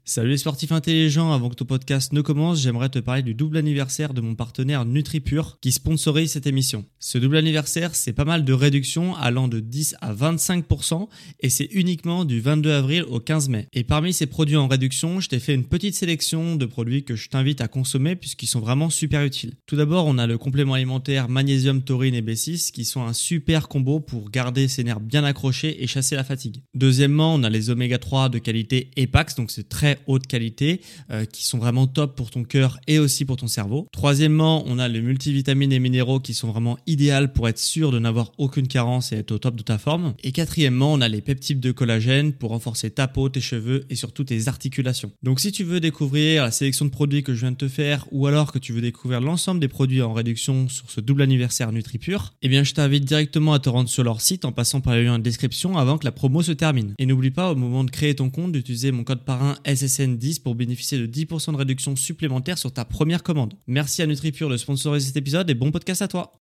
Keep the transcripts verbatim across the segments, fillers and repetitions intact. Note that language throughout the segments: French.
Salut les sportifs intelligents, avant que ton podcast ne commence, j'aimerais te parler du double anniversaire de mon partenaire NutriPure qui sponsorise cette émission. Ce double anniversaire, c'est pas mal de réductions allant de dix à vingt-cinq pour cent et c'est uniquement du vingt-deux avril au quinze mai. Et parmi ces produits en réduction, je t'ai fait une petite sélection de produits que je t'invite à consommer puisqu'ils sont vraiment super utiles. Tout d'abord, on a le complément alimentaire magnésium, taurine et B six qui sont un super combo pour garder ses nerfs bien accrochés et chasser la fatigue. Deuxièmement, on a les oméga trois de qualité Epax, donc c'est très haute qualité euh, qui sont vraiment top pour ton cœur et aussi pour ton cerveau. Troisièmement, on a les multivitamines et minéraux qui sont vraiment idéales pour être sûr de n'avoir aucune carence et être au top de ta forme. Et quatrièmement, on a les peptides de collagène pour renforcer ta peau, tes cheveux et surtout tes articulations. Donc si tu veux découvrir la sélection de produits que je viens de te faire ou alors que tu veux découvrir l'ensemble des produits en réduction sur ce double anniversaire NutriPure, eh bien je t'invite directement à te rendre sur leur site en passant par le lien de description avant que la promo se termine. Et n'oublie pas au moment de créer ton compte d'utiliser mon code parrain S S N dix pour bénéficier de dix pour cent de réduction supplémentaire sur ta première commande. Merci à NutriPure de sponsoriser cet épisode et bon podcast à toi.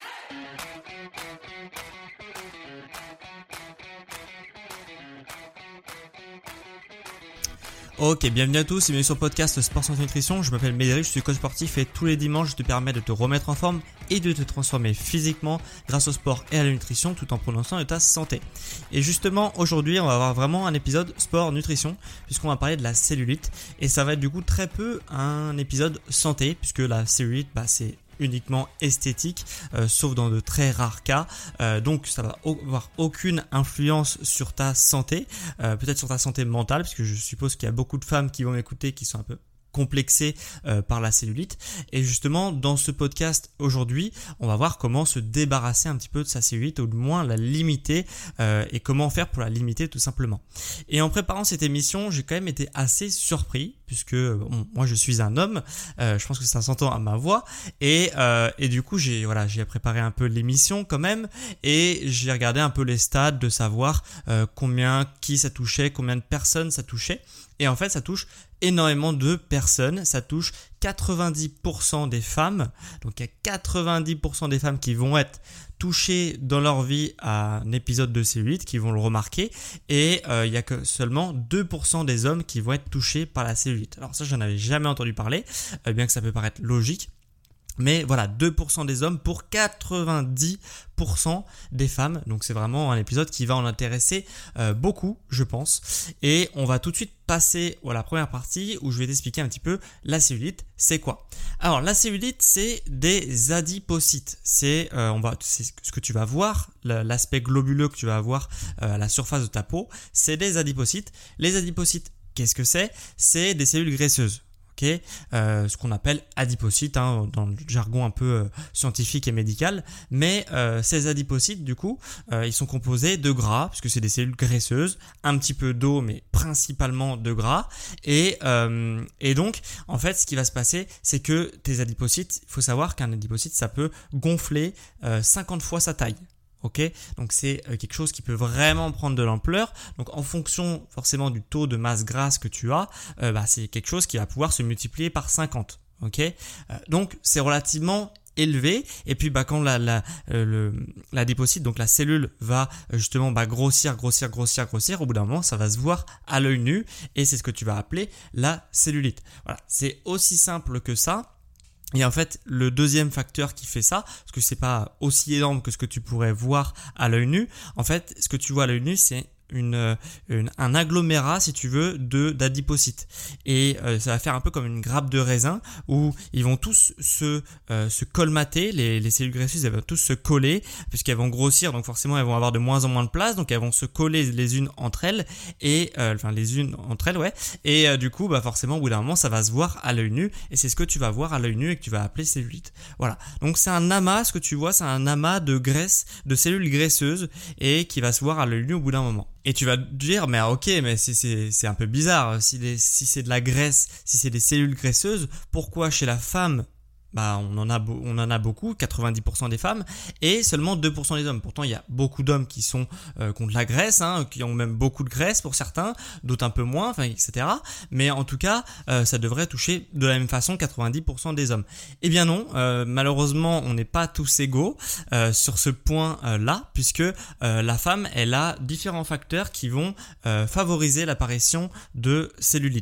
Ok, bienvenue à tous et bienvenue sur le podcast Sport Santé Nutrition. Je m'appelle Médéric, je suis coach sportif et tous les dimanches je te permets de te remettre en forme et de te transformer physiquement grâce au sport et à la nutrition tout en prenant soin de ta santé. Et justement aujourd'hui on va avoir vraiment un épisode sport nutrition puisqu'on va parler de la cellulite et ça va être du coup très peu un épisode santé puisque la cellulite bah, c'est uniquement esthétique, euh, sauf dans de très rares cas. Euh, donc ça va avoir aucune influence sur ta santé, euh, peut-être sur ta santé mentale, puisque je suppose qu'il y a beaucoup de femmes qui vont m'écouter qui sont un peu complexé euh, par la cellulite. Et justement dans ce podcast aujourd'hui on va voir comment se débarrasser un petit peu de sa cellulite ou du moins la limiter euh, et comment faire pour la limiter tout simplement. Et en préparant cette émission j'ai quand même été assez surpris puisque bon, moi je suis un homme, euh, je pense que ça s'entend à ma voix et, euh, et du coup j'ai voilà j'ai préparé un peu l'émission quand même et j'ai regardé un peu les stats de savoir euh, combien qui ça touchait, combien de personnes ça touchait. Et en fait, ça touche énormément de personnes. Ça touche quatre-vingt-dix pour cent des femmes. Donc, il y a quatre-vingt-dix pour cent des femmes qui vont être touchées dans leur vie à un épisode de cellulite, qui vont le remarquer. Et euh, il y a que seulement deux pour cent des hommes qui vont être touchés par la cellulite. Alors ça, j'en avais jamais entendu parler, euh, bien que ça peut paraître logique. Mais voilà, deux pour cent des hommes pour quatre-vingt-dix pour cent des femmes. Donc c'est vraiment un épisode qui va en intéresser euh, beaucoup, je pense. Et on va tout de suite passer à la première partie où je vais t'expliquer un petit peu la cellulite, c'est quoi. Alors la cellulite, c'est des adipocytes. C'est, euh, on va, c'est ce que tu vas voir, l'aspect globuleux que tu vas avoir euh, à la surface de ta peau, c'est des adipocytes. Les adipocytes, qu'est-ce que c'est ? C'est des cellules graisseuses. Okay, euh, ce qu'on appelle adipocytes hein, dans le jargon un peu euh, scientifique et médical, mais euh, ces adipocytes du coup euh, ils sont composés de gras puisque c'est des cellules graisseuses, un petit peu d'eau mais principalement de gras et, euh, et donc en fait ce qui va se passer c'est que tes adipocytes, il faut savoir qu'un adipocyte ça peut gonfler euh, cinquante fois sa taille. Ok, donc c'est quelque chose qui peut vraiment prendre de l'ampleur. Donc en fonction forcément du taux de masse grasse que tu as, euh, bah, c'est quelque chose qui va pouvoir se multiplier par cinquante. Ok, euh, donc c'est relativement élevé. Et puis bah quand la la euh, le l'adipocyte, donc la cellule va justement bah grossir, grossir, grossir, grossir, au bout d'un moment ça va se voir à l'œil nu et c'est ce que tu vas appeler la cellulite. Voilà, c'est aussi simple que ça. Et en fait, le deuxième facteur qui fait ça, parce que c'est pas aussi énorme que ce que tu pourrais voir à l'œil nu, en fait, ce que tu vois à l'œil nu, c'est Une, une, un agglomérat si tu veux de d'adipocytes et euh, ça va faire un peu comme une grappe de raisin où ils vont tous se, euh, se colmater, les, les cellules graisseuses elles vont tous se coller puisqu'elles vont grossir donc forcément elles vont avoir de moins en moins de place donc elles vont se coller les unes entre elles et euh, enfin les unes entre elles ouais et euh, du coup bah forcément au bout d'un moment ça va se voir à l'œil nu et c'est ce que tu vas voir à l'œil nu et que tu vas appeler cellulite. Voilà, donc c'est un amas, ce que tu vois c'est un amas de graisse, de cellules graisseuses et qui va se voir à l'œil nu au bout d'un moment. Et tu vas te dire, mais ok, mais c'est, c'est, c'est un peu bizarre. Si, les, si c'est de la graisse, si c'est des cellules graisseuses, pourquoi chez la femme bah on en a on en a beaucoup, quatre-vingt-dix pour cent des femmes et seulement deux pour cent des hommes. Pourtant il y a beaucoup d'hommes qui sont euh, qui ont de la graisse, hein, qui ont même beaucoup de graisse pour certains, d'autres un peu moins, enfin et cetera. Mais en tout cas euh, ça devrait toucher de la même façon quatre-vingt-dix pour cent des hommes. Eh bien non, euh, malheureusement on n'est pas tous égaux euh, sur ce point euh, là, puisque euh, la femme elle a différents facteurs qui vont euh, favoriser l'apparition de cellulite.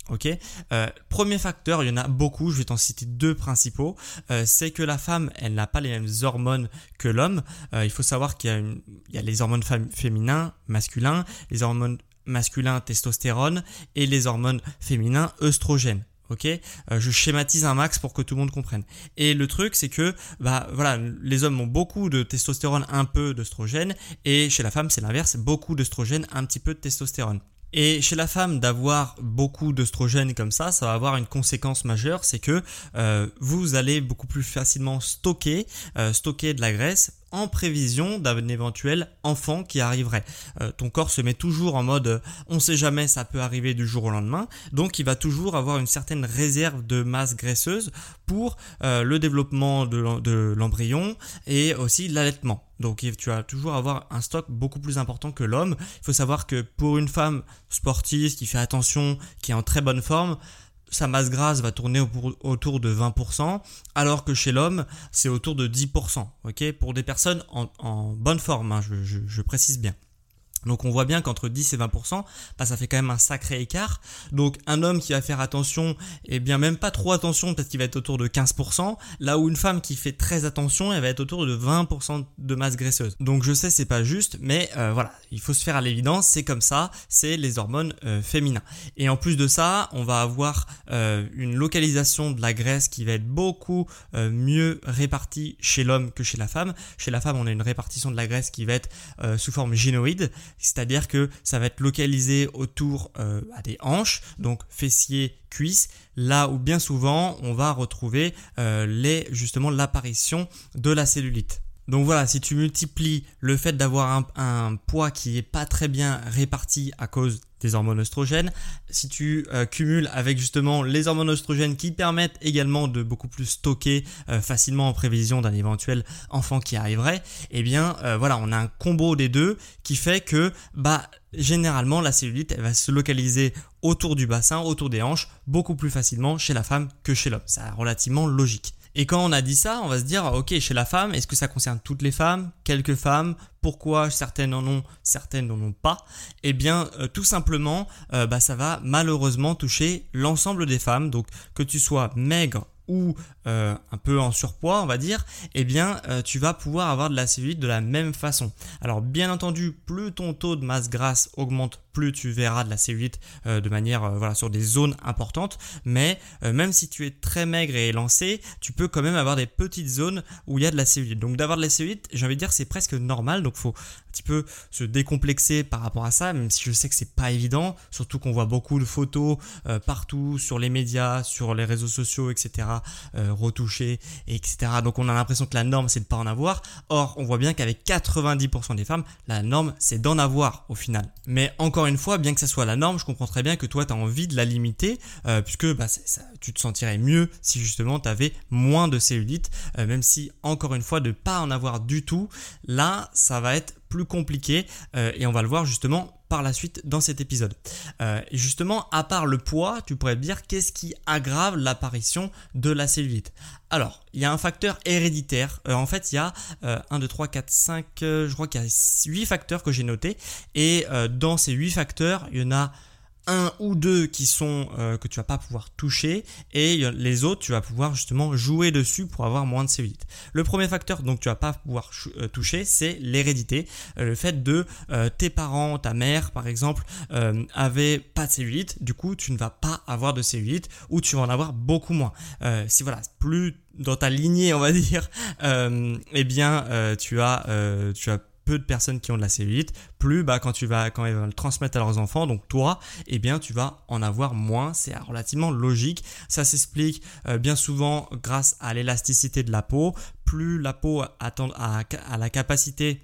Ok, euh, premier facteur, il y en a beaucoup, je vais t'en citer deux principaux, euh, c'est que la femme, elle n'a pas les mêmes hormones que l'homme. Euh, il faut savoir qu'il y a, une, il y a les hormones fam- féminins, masculins, les hormones masculins, testostérone, et les hormones féminins, œstrogènes. Ok, euh, je schématise un max pour que tout le monde comprenne. Et le truc, c'est que bah voilà, les hommes ont beaucoup de testostérone, un peu d'œstrogène, et chez la femme, c'est l'inverse, beaucoup d'œstrogène, un petit peu de testostérone. Et chez la femme, d'avoir beaucoup d'œstrogène comme ça, ça va avoir une conséquence majeure, c'est que euh, vous allez beaucoup plus facilement stocker, euh, stocker de la graisse en prévision d'un éventuel enfant qui arriverait. Euh, ton corps se met toujours en mode euh, on sait jamais, ça peut arriver du jour au lendemain, donc il va toujours avoir une certaine réserve de masse graisseuse pour euh, le développement de, de l'embryon et aussi l'allaitement. Donc tu vas toujours avoir un stock beaucoup plus important que l'homme. Il faut savoir que pour une femme sportive qui fait attention, qui est en très bonne forme, sa masse grasse va tourner autour de vingt pour cent, alors que chez l'homme, c'est autour de dix pour cent. Okay, pour des personnes en, en bonne forme, hein, je, je, je précise bien. Donc on voit bien qu'entre dix et vingt pour cent, bah, ça fait quand même un sacré écart. Donc un homme qui va faire attention, et bien même pas trop attention, peut-être qu'il va être autour de quinze pour cent, là où une femme qui fait très attention, elle va être autour de vingt pour cent de masse graisseuse. Donc je sais c'est pas juste, mais euh, voilà, il faut se faire à l'évidence, c'est comme ça, c'est les hormones euh, féminins. Et en plus de ça, on va avoir euh, une localisation de la graisse qui va être beaucoup euh, mieux répartie chez l'homme que chez la femme. Chez la femme, on a une répartition de la graisse qui va être euh, sous forme génoïde. C'est-à-dire que ça va être localisé autour euh, des hanches, donc fessiers, cuisses, là où bien souvent on va retrouver euh, les, justement l'apparition de la cellulite. Donc voilà, si tu multiplies le fait d'avoir un, un poids qui est pas très bien réparti à cause des hormones œstrogènes, si tu euh, cumules avec justement les hormones œstrogènes qui permettent également de beaucoup plus stocker euh, facilement en prévision d'un éventuel enfant qui arriverait, eh bien euh, voilà, on a un combo des deux qui fait que bah généralement la cellulite elle va se localiser autour du bassin, autour des hanches, beaucoup plus facilement chez la femme que chez l'homme. C'est relativement logique. Et quand on a dit ça, on va se dire, ok, chez la femme, est-ce que ça concerne toutes les femmes, quelques femmes, pourquoi certaines en ont, certaines n'en ont pas? Eh bien, euh, tout simplement, euh, bah, ça va malheureusement toucher l'ensemble des femmes. Donc, que tu sois maigre ou euh, un peu en surpoids, on va dire, eh bien, euh, tu vas pouvoir avoir de la cellulite de la même façon. Alors, bien entendu, plus ton taux de masse grasse augmente, plus tu verras de la cellulite euh, de manière, euh, voilà, sur des zones importantes. Mais euh, même si tu es très maigre et élancé, tu peux quand même avoir des petites zones où il y a de la cellulite. Donc, d'avoir de la cellulite, j'ai envie de dire, c'est presque normal. Donc, il faut un petit peu se décomplexer par rapport à ça, même si je sais que c'est pas évident, surtout qu'on voit beaucoup de photos euh, partout sur les médias, sur les réseaux sociaux, et cetera, euh, retouchées, et cetera. Donc on a l'impression que la norme c'est de pas en avoir. Or, on voit bien qu'avec quatre-vingt-dix pour cent des femmes, la norme c'est d'en avoir au final. Mais encore une fois, bien que ça soit la norme, je comprends très bien que toi tu as envie de la limiter, euh, puisque bah, c'est, ça, tu te sentirais mieux si justement tu avais moins de cellulite, euh, même si encore une fois de pas en avoir du tout, là ça va être plus compliqué euh, et on va le voir justement par la suite dans cet épisode. Euh, et justement, à part le poids, tu pourrais me dire qu'est-ce qui aggrave l'apparition de la cellulite? Alors, il y a un facteur héréditaire. Euh, en fait, il y a euh, un, deux, trois, quatre, cinq, euh, je crois qu'il y a huit facteurs que j'ai notés. Et euh, dans ces huit facteurs, il y en a un ou deux qui sont euh, que tu vas pas pouvoir toucher et les autres tu vas pouvoir justement jouer dessus pour avoir moins de cellulite. Le premier facteur donc tu vas pas pouvoir euh, toucher, c'est l'hérédité, euh, le fait de euh, tes parents, ta mère par exemple euh, avaient pas de cellulite, du coup tu ne vas pas avoir de cellulite ou tu vas en avoir beaucoup moins. Euh, si voilà, plus dans ta lignée on va dire, euh, eh bien euh, tu as euh, tu as peu de personnes qui ont de la cellulite, plus bah quand tu vas quand ils vont le transmettre à leurs enfants, donc toi, eh bien tu vas en avoir moins. C'est relativement logique. Ça s'explique euh, bien souvent grâce à l'élasticité de la peau. Plus la peau a, a, a la capacité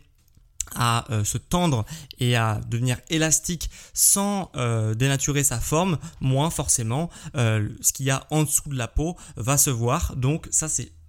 à euh, se tendre et à devenir élastique sans euh, dénaturer sa forme, moins forcément euh, ce qu'il y a en dessous de la peau va se voir. Donc ça c'est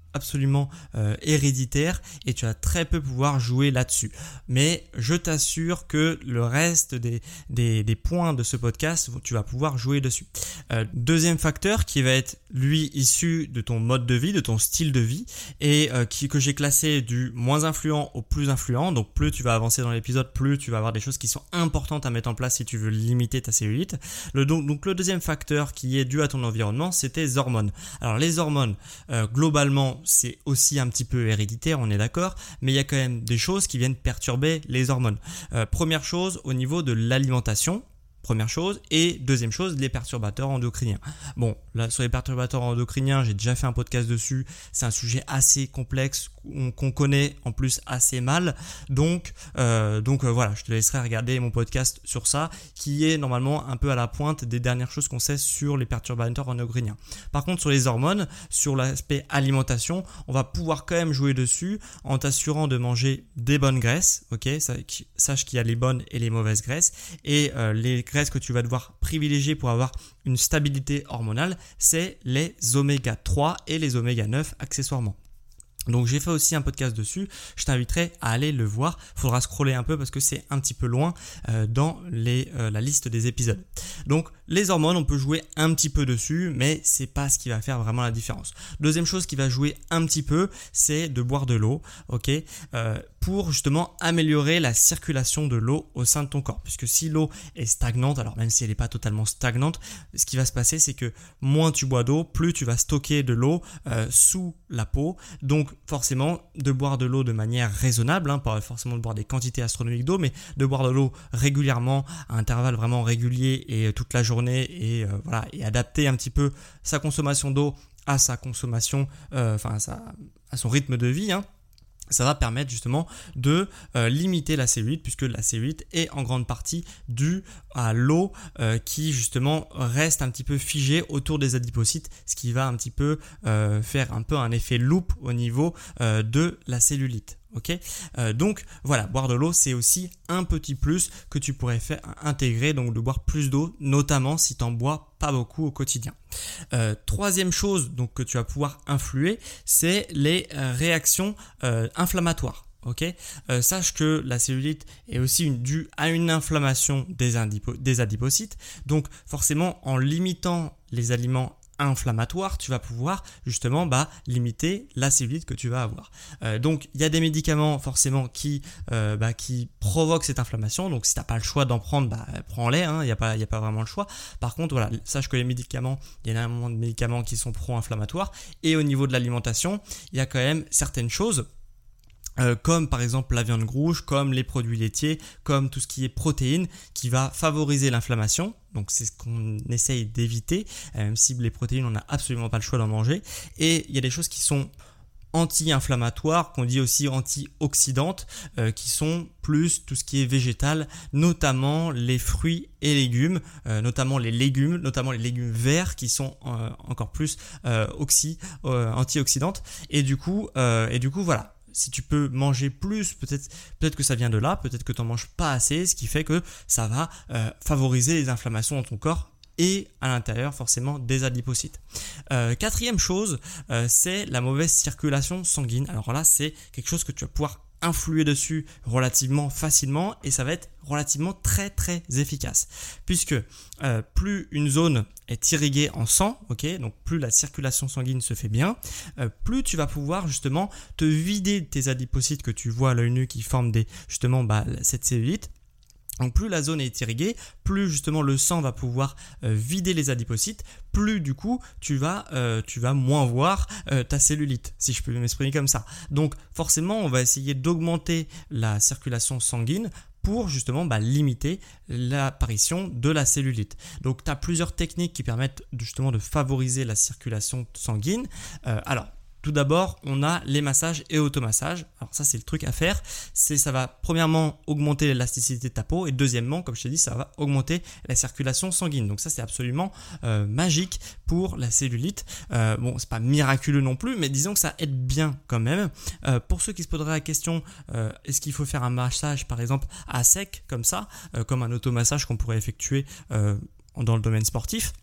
absolument euh, héréditaires et tu vas très peu pouvoir jouer là-dessus. Mais je t'assure que le reste des, des, des points de ce podcast, tu vas pouvoir jouer dessus. Euh, deuxième facteur qui va être lui issu de ton mode de vie, de ton style de vie et euh, qui, que j'ai classé du moins influent au plus influent. Donc plus tu vas avancer dans l'épisode, plus tu vas avoir des choses qui sont importantes à mettre en place si tu veux limiter ta cellulite. Le, donc, donc le deuxième facteur qui est dû à ton environnement, c'est tes hormones. Alors les hormones, euh, globalement, c'est aussi un petit peu héréditaire, on est d'accord, mais il y a quand même des choses qui viennent perturber les hormones. Euh, première chose, au niveau de l'alimentation. Première chose, et deuxième chose, les perturbateurs endocriniens. Bon, là sur les perturbateurs endocriniens, j'ai déjà fait un podcast dessus, c'est un sujet assez complexe qu'on connaît en plus assez mal, donc euh, donc euh, voilà, je te laisserai regarder mon podcast sur ça, qui est normalement un peu à la pointe des dernières choses qu'on sait sur les perturbateurs endocriniens. Par contre, sur les hormones, sur l'aspect alimentation, on va pouvoir quand même jouer dessus en t'assurant de manger des bonnes graisses, ok, sache qu'il y a les bonnes et les mauvaises graisses, et euh, les graisses que tu vas devoir privilégier pour avoir une stabilité hormonale, c'est les oméga trois et les oméga neuf accessoirement. Donc j'ai fait aussi un podcast dessus, je t'inviterai à aller le voir, il faudra scroller un peu parce que c'est un petit peu loin euh, dans les, euh, la liste des épisodes. Donc les hormones, on peut jouer un petit peu dessus, mais c'est pas ce qui va faire vraiment la différence. Deuxième chose qui va jouer un petit peu, c'est de boire de l'eau, ok, euh, pour justement améliorer la circulation de l'eau au sein de ton corps. Puisque si l'eau est stagnante, alors même si elle n'est pas totalement stagnante, ce qui va se passer, c'est que moins tu bois d'eau, plus tu vas stocker de l'eau euh, sous la peau. Donc forcément, de boire de l'eau de manière raisonnable, hein, pas forcément de boire des quantités astronomiques d'eau, mais de boire de l'eau régulièrement, à intervalles vraiment réguliers et toute la journée, et euh, voilà, et adapter un petit peu sa consommation d'eau à sa consommation, euh, enfin à, sa, à son rythme de vie, hein. Ça va permettre justement de euh, limiter la cellulite, puisque la cellulite est en grande partie due à l'eau euh, qui justement reste un petit peu figée autour des adipocytes, ce qui va un petit peu euh, faire un peu un effet loupe au niveau euh, de la cellulite. Ok, euh, donc voilà, boire de l'eau, c'est aussi un petit plus que tu pourrais faire intégrer, donc de boire plus d'eau, notamment si tu en bois pas beaucoup au quotidien. Euh, troisième chose donc que tu vas pouvoir influer, c'est les euh, réactions euh, inflammatoires. Ok, euh, sache que la cellulite est aussi une, due à une inflammation des, indipo, des adipocytes, donc forcément en limitant les aliments inflammatoire, tu vas pouvoir justement bah, limiter la cellulite que tu vas avoir. Euh, donc il y a des médicaments forcément qui, euh, bah, qui provoquent cette inflammation, donc si tu n'as pas le choix d'en prendre, bah, prends-les, hein, il n'y a pas, il n'y a pas vraiment le choix. Par contre, voilà, sache que les médicaments, il y a énormément de médicaments qui sont pro-inflammatoires, et au niveau de l'alimentation, il y a quand même certaines choses Euh, comme par exemple la viande rouge, comme les produits laitiers, comme tout ce qui est protéines, qui va favoriser l'inflammation. Donc c'est ce qu'on essaye d'éviter, euh, même si les protéines, on n'a absolument pas le choix d'en manger. Et il y a des choses qui sont anti-inflammatoires, qu'on dit aussi antioxydantes, euh, qui sont plus tout ce qui est végétal, notamment les fruits et légumes, euh, notamment les légumes, notamment les légumes verts qui sont euh, encore plus euh, oxy, euh, antioxydantes. Et du coup, euh, et du coup voilà. Si tu peux manger plus, peut-être peut-être que ça vient de là, peut-être que tu n'en manges pas assez, ce qui fait que ça va euh, favoriser les inflammations dans ton corps et à l'intérieur forcément des adipocytes. Euh, quatrième chose, euh, c'est la mauvaise circulation sanguine. Alors là, c'est quelque chose que tu vas pouvoir influer dessus relativement facilement et ça va être relativement très très efficace puisque euh, plus une zone est irriguée en sang, ok, donc plus la circulation sanguine se fait bien, euh, plus tu vas pouvoir justement te vider de tes adipocytes que tu vois à l'œil nu qui forment des, justement bah, cette cellulite. Donc plus la zone est irriguée, plus justement le sang va pouvoir euh, vider les adipocytes, plus du coup tu vas, euh, tu vas moins voir euh, ta cellulite, si je peux m'exprimer comme ça. Donc forcément on va essayer d'augmenter la circulation sanguine pour justement bah, limiter l'apparition de la cellulite. Donc tu as plusieurs techniques qui permettent justement de favoriser la circulation sanguine. Euh, alors tout d'abord, on a les massages et automassages. Alors ça, c'est le truc à faire. C'est, ça va premièrement augmenter l'élasticité de ta peau et deuxièmement, comme je t'ai dit, ça va augmenter la circulation sanguine. Donc ça, c'est absolument euh, magique pour la cellulite. Euh, bon, c'est pas miraculeux non plus, mais disons que ça aide bien quand même. Euh, pour ceux qui se poseraient la question, euh, est-ce qu'il faut faire un massage, par exemple, à sec, comme ça, euh, comme un automassage qu'on pourrait effectuer euh, dans le domaine sportif ?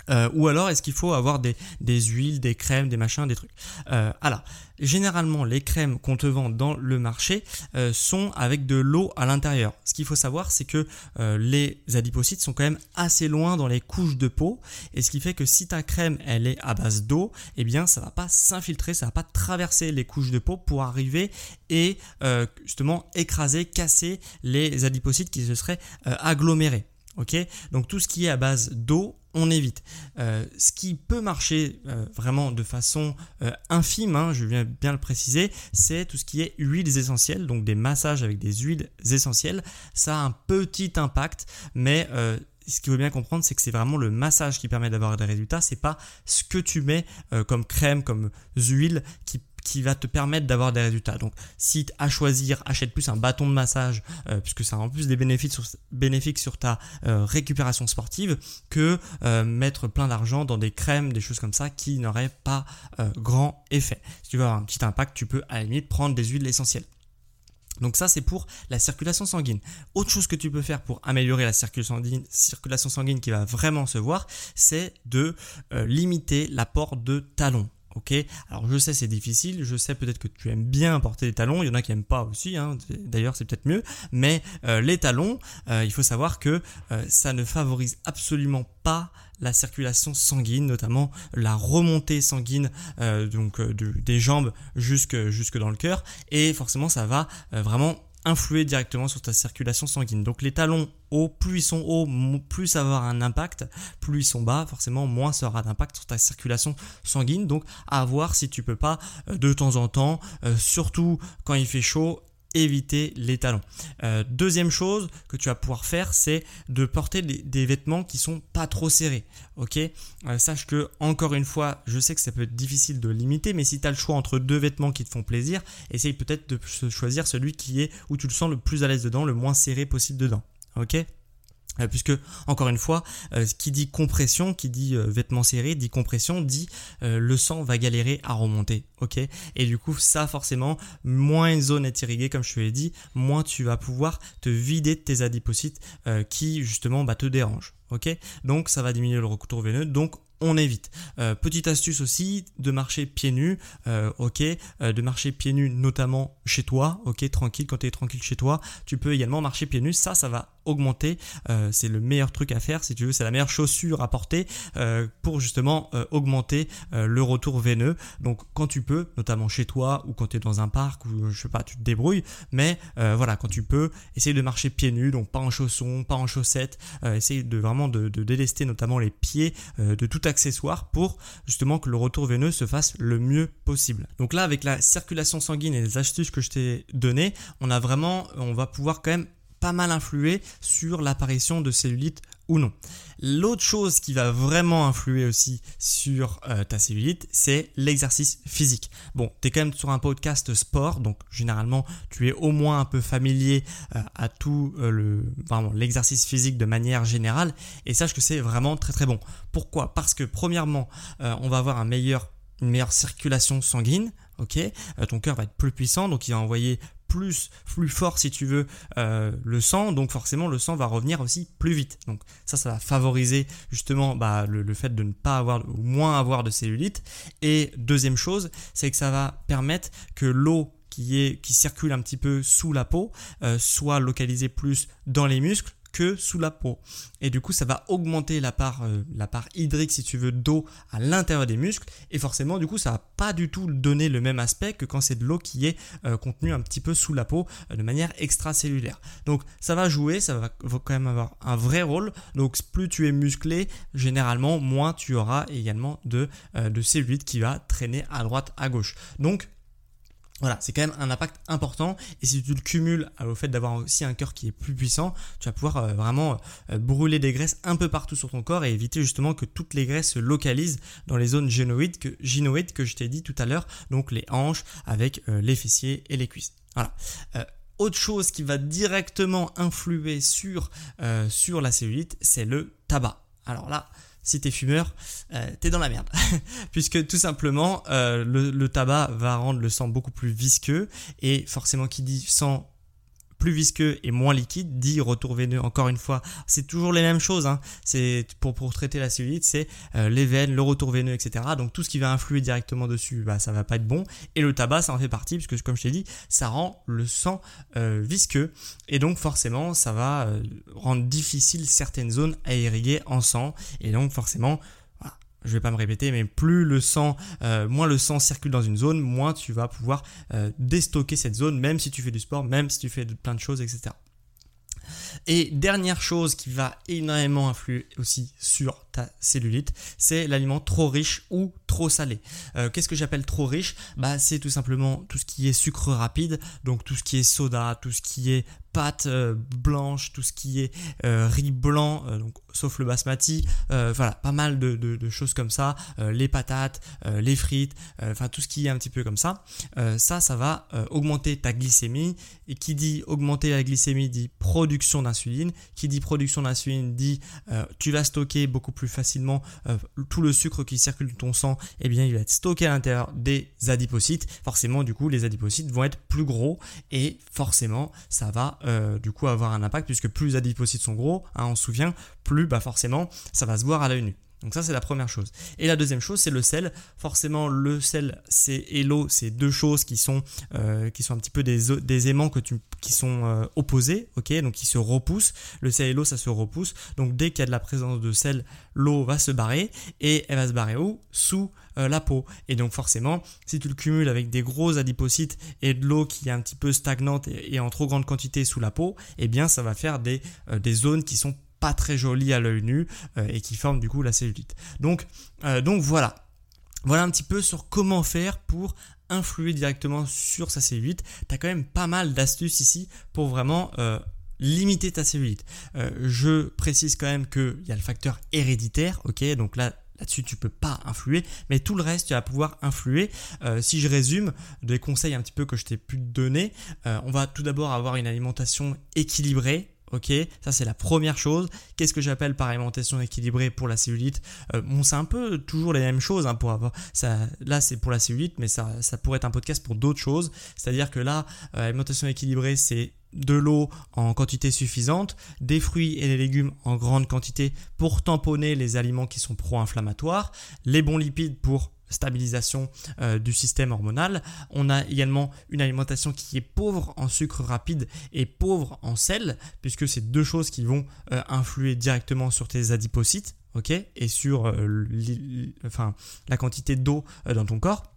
Euh, ou alors est-ce qu'il faut avoir des, des huiles, des crèmes, des machins, des trucs. Euh, alors, généralement les crèmes qu'on te vend dans le marché euh, sont avec de l'eau à l'intérieur. Ce qu'il faut savoir, c'est que euh, les adipocytes sont quand même assez loin dans les couches de peau, et ce qui fait que si ta crème elle est à base d'eau, eh bien ça va pas s'infiltrer, ça va pas traverser les couches de peau pour arriver et euh, justement écraser, casser les adipocytes qui se seraient euh, agglomérés. Ok, donc tout ce qui est à base d'eau, on évite. Euh, ce qui peut marcher euh, vraiment de façon euh, infime, hein, je viens bien le préciser, c'est tout ce qui est huiles essentielles, donc des massages avec des huiles essentielles. Ça a un petit impact, mais euh, ce qu'il faut bien comprendre, c'est que c'est vraiment le massage qui permet d'avoir des résultats. C'est pas ce que tu mets euh, comme crème, comme huile qui qui va te permettre d'avoir des résultats. Donc, si à choisir, achète plus un bâton de massage, euh, puisque ça a en plus des bénéfices sur, bénéfiques sur ta euh, récupération sportive, que euh, mettre plein d'argent dans des crèmes, des choses comme ça qui n'auraient pas euh, grand effet. Si tu veux avoir un petit impact, tu peux à la limite prendre des huiles essentielles. Donc ça, c'est pour la circulation sanguine. Autre chose que tu peux faire pour améliorer la circulation sanguine, circulation sanguine qui va vraiment se voir, c'est de euh, limiter l'apport de talons. Ok, alors je sais c'est difficile, je sais peut-être que tu aimes bien porter des talons, il y en a qui n'aiment pas aussi, hein, d'ailleurs c'est peut-être mieux, mais euh, les talons, euh, il faut savoir que euh, ça ne favorise absolument pas la circulation sanguine, notamment la remontée sanguine euh, donc euh, de, des jambes jusque, jusque dans le cœur, et forcément ça va euh, vraiment influer directement sur ta circulation sanguine. Donc les talons hauts, plus ils sont hauts, plus ça va avoir un impact, plus ils sont bas, forcément moins ça aura d'impact sur ta circulation sanguine. Donc à voir si tu peux pas de temps en temps, euh, surtout quand il fait chaud, éviter les talons. Euh, deuxième chose que tu vas pouvoir faire, c'est de porter des, des vêtements qui sont pas trop serrés. Ok, euh, sache que encore une fois, je sais que ça peut être difficile de limiter, mais si tu as le choix entre deux vêtements qui te font plaisir, essaye peut-être de choisir celui qui est où tu le sens le plus à l'aise dedans, le moins serré possible dedans. Ok. Euh, puisque encore une fois, euh, qui dit compression, qui dit euh, vêtements serrés, dit compression, dit euh, le sang va galérer à remonter, ok. Et du coup, ça forcément, moins une zone est irriguée, comme je te l'ai dit, moins tu vas pouvoir te vider de tes adipocytes euh, qui justement bah, te dérangent, ok. Donc ça va diminuer le retour veineux, donc on évite. Euh, petite astuce aussi, de marcher pieds nus, euh, ok, euh, de marcher pieds nus notamment chez toi, ok, tranquille, quand tu es tranquille chez toi, tu peux également marcher pieds nus, ça, ça va augmenter, euh, c'est le meilleur truc à faire si tu veux, c'est la meilleure chaussure à porter euh, pour justement euh, augmenter euh, le retour veineux. Donc quand tu peux, notamment chez toi ou quand tu es dans un parc ou je sais pas, tu te débrouilles, mais euh, voilà, quand tu peux, essaye de marcher pieds nus, donc pas en chaussons, pas en chaussettes, euh, essaye de vraiment de, de délester notamment les pieds euh, de tout accessoire pour justement que le retour veineux se fasse le mieux possible. Donc là, avec la circulation sanguine et les astuces que je t'ai données, on a vraiment, on va pouvoir quand même pas mal influer sur l'apparition de cellulite ou non. L'autre chose qui va vraiment influer aussi sur euh, ta cellulite, c'est l'exercice physique. Bon, tu es quand même sur un podcast sport, donc généralement tu es au moins un peu familier euh, à tout euh, le, vraiment, l'exercice physique de manière générale, et sache que c'est vraiment très très bon. Pourquoi ? Parce que premièrement, euh, on va avoir un meilleur, une meilleure circulation sanguine, ok ? Euh, ton cœur va être plus puissant, donc il va envoyer plus, plus fort si tu veux euh, le sang, donc forcément le sang va revenir aussi plus vite. Donc ça, ça va favoriser justement bah, le, le fait de ne pas avoir ou moins avoir de cellulite. Et deuxième chose, c'est que ça va permettre que l'eau qui est qui circule un petit peu sous la peau euh, soit localisée plus dans les muscles que sous la peau, et du coup ça va augmenter la part, euh, la part hydrique si tu veux d'eau à l'intérieur des muscles, et forcément du coup ça va pas du tout donner le même aspect que quand c'est de l'eau qui est euh, contenue un petit peu sous la peau euh, de manière extracellulaire. Donc ça va jouer, ça va, va quand même avoir un vrai rôle. Donc plus tu es musclé, généralement moins tu auras également de, euh, de cellulite qui va traîner à droite à gauche. Donc voilà, c'est quand même un impact important, et si tu le cumules au fait d'avoir aussi un cœur qui est plus puissant, tu vas pouvoir euh, vraiment euh, brûler des graisses un peu partout sur ton corps et éviter justement que toutes les graisses se localisent dans les zones gynoïdes que, gynoïdes que je t'ai dit tout à l'heure, donc les hanches avec euh, les fessiers et les cuisses. Voilà. Euh, Autre chose qui va directement influer sur, euh, sur la cellulite, c'est le tabac. Alors là, si t'es fumeur, euh, t'es dans la merde. Puisque tout simplement, euh, le, le tabac va rendre le sang beaucoup plus visqueux, et forcément qui dit sang plus visqueux et moins liquide, dit retour veineux. Encore une fois, c'est toujours les mêmes choses, hein. C'est pour, pour traiter la cellulite, c'est euh, les veines, le retour veineux, et cetera. Donc tout ce qui va influer directement dessus, bah, ça va pas être bon. Et le tabac, ça en fait partie, puisque comme je t'ai dit, ça rend le sang euh, visqueux. Et donc forcément, ça va euh, rendre difficile certaines zones à irriguer en sang. Et donc forcément, je vais pas me répéter, mais plus le sang, euh, moins le sang circule dans une zone, moins tu vas pouvoir euh, déstocker cette zone, même si tu fais du sport, même si tu fais de, plein de choses, et cetera. Et dernière chose qui va énormément influer aussi sur ta cellulite, c'est l'aliment trop riche ou trop salé. Euh, qu'est-ce que j'appelle trop riche ? Bah, c'est tout simplement tout ce qui est sucre rapide, donc tout ce qui est soda, tout ce qui est pâte euh, blanche, tout ce qui est euh, riz blanc, euh, donc, sauf le basmati, euh, voilà, pas mal de, de, de choses comme ça, euh, les patates, euh, les frites, enfin euh, tout ce qui est un petit peu comme ça, euh, ça, ça va euh, augmenter ta glycémie, et qui dit augmenter la glycémie dit production d'insuline, qui dit production d'insuline dit euh, tu vas stocker beaucoup plus facilement euh, tout le sucre qui circule dans ton sang, et eh bien il va être stocké à l'intérieur des adipocytes, forcément du coup les adipocytes vont être plus gros, et forcément ça va Euh, du coup avoir un impact, puisque plus les adipocytes sont gros, hein, on se souvient, plus bah forcément ça va se voir à l'œil nu. Donc ça c'est la première chose. Et la deuxième chose c'est le sel. Forcément le sel c'est, et l'eau, c'est deux choses qui sont, euh, qui sont un petit peu des, des aimants que tu, qui sont euh, opposés, ok, donc qui se repoussent. Le sel et l'eau ça se repousse. Donc dès qu'il y a de la présence de sel, l'eau va se barrer, et elle va se barrer où ? Sous euh, la peau. Et donc forcément si tu le cumules avec des gros adipocytes et de l'eau qui est un petit peu stagnante et, et en trop grande quantité sous la peau, eh bien ça va faire des, euh, des zones qui sont pas très jolies à l'œil nu euh, et qui forment du coup la cellulite. Donc, euh, donc voilà. Voilà un petit peu sur comment faire pour influer directement sur sa cellulite. Tu as quand même pas mal d'astuces ici pour vraiment euh, limiter ta cellulite. Euh, je précise quand même qu'il y a le facteur héréditaire, ok, donc là Là-dessus, tu peux pas influer, mais tout le reste, tu vas pouvoir influer. Euh, si je résume des conseils un petit peu que je t'ai pu te donner, euh, on va tout d'abord avoir une alimentation équilibrée. Ok, ça c'est la première chose. Qu'est-ce que j'appelle par alimentation équilibrée pour la cellulite ? euh, Bon, c'est un peu toujours les mêmes choses, hein, pour avoir ça. Là, c'est pour la cellulite, mais ça, ça pourrait être un podcast pour d'autres choses. C'est-à-dire que là, euh, alimentation équilibrée, c'est de l'eau en quantité suffisante, des fruits et des légumes en grande quantité pour tamponner les aliments qui sont pro-inflammatoires, les bons lipides pour stabilisation euh, du système hormonal. On a également une alimentation qui est pauvre en sucre rapide et pauvre en sel, puisque c'est deux choses qui vont euh, influer directement sur tes adipocytes, ok, et sur euh, enfin, la quantité d'eau euh, dans ton corps.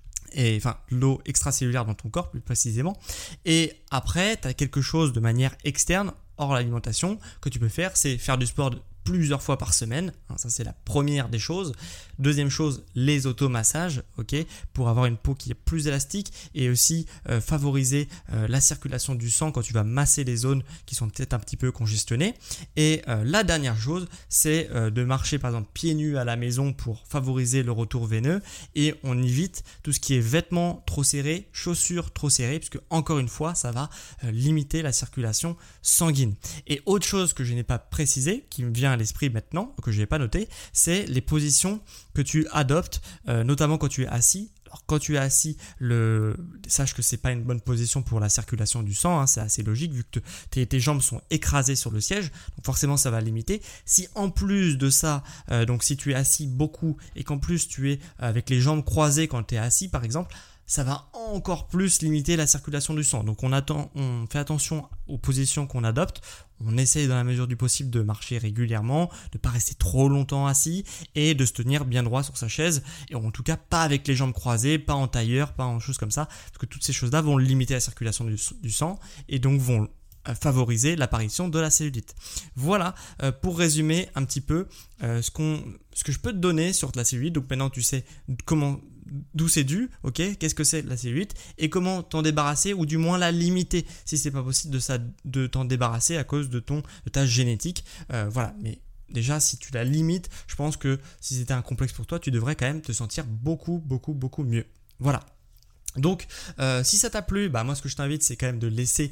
Et enfin l'eau extracellulaire dans ton corps plus précisément. Et après, tu as quelque chose de manière externe, hors l'alimentation, que tu peux faire, c'est faire du sport de plusieurs fois par semaine. Ça, c'est la première des choses. Deuxième chose, les automassages, ok, pour avoir une peau qui est plus élastique et aussi euh, favoriser euh, la circulation du sang quand tu vas masser les zones qui sont peut-être un petit peu congestionnées. Et euh, la dernière chose, c'est euh, de marcher par exemple pieds nus à la maison pour favoriser le retour veineux, et on évite tout ce qui est vêtements trop serrés, chaussures trop serrées, puisque encore une fois, ça va euh, limiter la circulation sanguine. Et autre chose que je n'ai pas précisé, qui me vient à l'esprit maintenant, que je n'ai pas noté, c'est les positions que tu adoptes, euh, notamment quand tu es assis. Alors quand tu es assis, le... sache que c'est pas une bonne position pour la circulation du sang, hein, c'est assez logique vu que te... tes jambes sont écrasées sur le siège, donc forcément ça va limiter. Si en plus de ça, euh, donc si tu es assis beaucoup et qu'en plus tu es avec les jambes croisées quand tu es assis par exemple, ça va encore plus limiter la circulation du sang. Donc on, attend, on fait attention aux positions qu'on adopte. On essaye dans la mesure du possible de marcher régulièrement, de ne pas rester trop longtemps assis et de se tenir bien droit sur sa chaise. Et en tout cas, pas avec les jambes croisées, pas en tailleur, pas en choses comme ça. Parce que toutes ces choses-là vont limiter la circulation du, du sang et donc vont favoriser l'apparition de la cellulite. Voilà euh, pour résumer un petit peu euh, ce, qu'on, ce que je peux te donner sur la cellulite. Donc maintenant tu sais comment, d'où c'est dû, ok, qu'est-ce que c'est la cellulite et comment t'en débarrasser ou du moins la limiter si c'est pas possible de, ça, de t'en débarrasser à cause de, ton, de ta génétique. Euh, voilà, mais déjà si tu la limites, je pense que si c'était un complexe pour toi, tu devrais quand même te sentir beaucoup, beaucoup, beaucoup mieux. Voilà. Donc, euh, si ça t'a plu, bah moi ce que je t'invite c'est quand même de laisser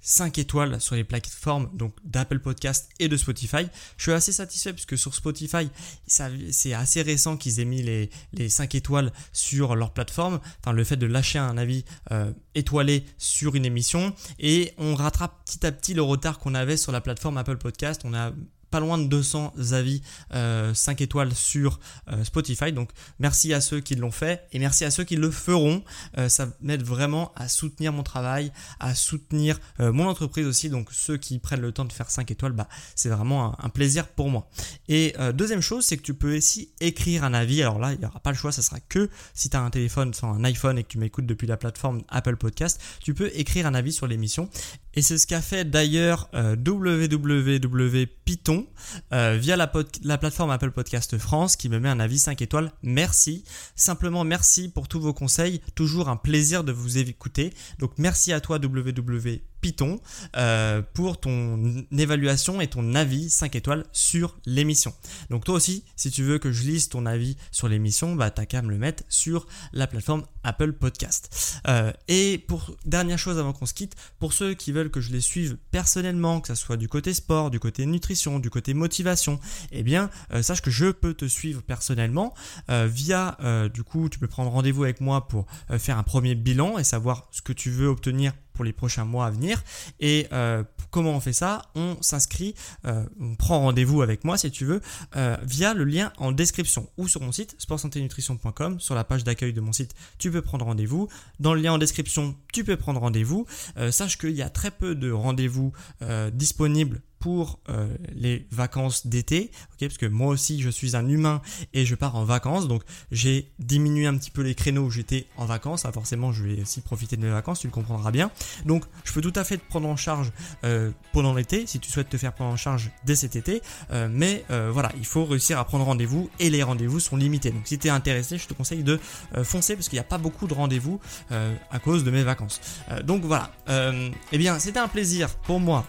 cinq étoiles sur les plateformes donc d'Apple Podcast et de Spotify. Je suis assez satisfait parce que sur Spotify, ça, c'est assez récent qu'ils aient mis les, les cinq étoiles sur leur plateforme. Enfin, le fait de lâcher un avis euh, étoilé sur une émission, et on rattrape petit à petit le retard qu'on avait sur la plateforme Apple Podcast. On a pas loin de deux cents avis euh, cinq étoiles sur euh, Spotify, donc merci à ceux qui l'ont fait et merci à ceux qui le feront. Euh, ça m'aide vraiment à soutenir mon travail, à soutenir euh, mon entreprise aussi, donc ceux qui prennent le temps de faire cinq étoiles, bah, c'est vraiment un, un plaisir pour moi. Et euh, deuxième chose, c'est que tu peux aussi écrire un avis. Alors là, il n'y aura pas le choix, ça sera que si tu as un téléphone, sans un iPhone et que tu m'écoutes depuis la plateforme Apple Podcast, tu peux écrire un avis sur l'émission. Et c'est ce qu'a fait d'ailleurs euh, w w w point python euh, via la, pod- la plateforme Apple Podcast France, qui me met un avis cinq étoiles. Merci. Simplement merci pour tous vos conseils. Toujours un plaisir de vous écouter. Donc merci à toi w w w point python euh, pour ton évaluation et ton avis cinq étoiles sur l'émission. Donc toi aussi, si tu veux que je lise ton avis sur l'émission, bah t'as qu'à me le mettre sur la plateforme Apple Podcast. Euh, et pour dernière chose avant qu'on se quitte, pour ceux qui veulent que je les suive personnellement, que ça soit du côté sport, du côté nutrition, du côté motivation, eh bien euh, sache que je peux te suivre personnellement euh, via euh, du coup tu peux prendre rendez-vous avec moi pour euh, faire un premier bilan et savoir ce que tu veux obtenir pour les prochains mois à venir. Et euh, comment on fait ça? On s'inscrit, euh, on prend rendez-vous avec moi si tu veux, euh, via le lien en description ou sur mon site sport santé nutrition point com. Sur la page d'accueil de mon site, tu peux prendre rendez-vous. Dans le lien en description, tu peux prendre rendez-vous. Euh, sache qu'il y a très peu de rendez-vous euh, disponibles pour euh, les vacances d'été, okay, parce que moi aussi je suis un humain et je pars en vacances, donc j'ai diminué un petit peu les créneaux où j'étais en vacances. Ah, forcément je vais aussi profiter de mes vacances, tu le comprendras bien. Donc je peux tout à fait te prendre en charge euh, pendant l'été si tu souhaites te faire prendre en charge dès cet été, euh, mais euh, voilà, il faut réussir à prendre rendez-vous et les rendez-vous sont limités. Donc si tu es intéressé, je te conseille de euh, foncer parce qu'il n'y a pas beaucoup de rendez-vous euh, à cause de mes vacances. Euh, donc voilà, euh, eh bien c'était un plaisir pour moi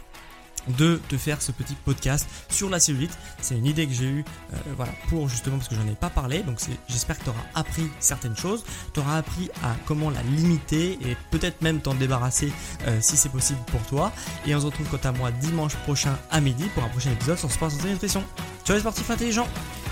de te faire ce petit podcast sur la cellulite. C'est une idée que j'ai eue euh, voilà, pour justement parce que j'en ai pas parlé, donc c'est, j'espère que tu auras appris certaines choses, tu auras appris à comment la limiter et peut-être même t'en débarrasser euh, si c'est possible pour toi. Et on se retrouve quant à moi dimanche prochain à midi pour un prochain épisode sur Sport Santé Nutrition. Ciao les sportifs intelligents.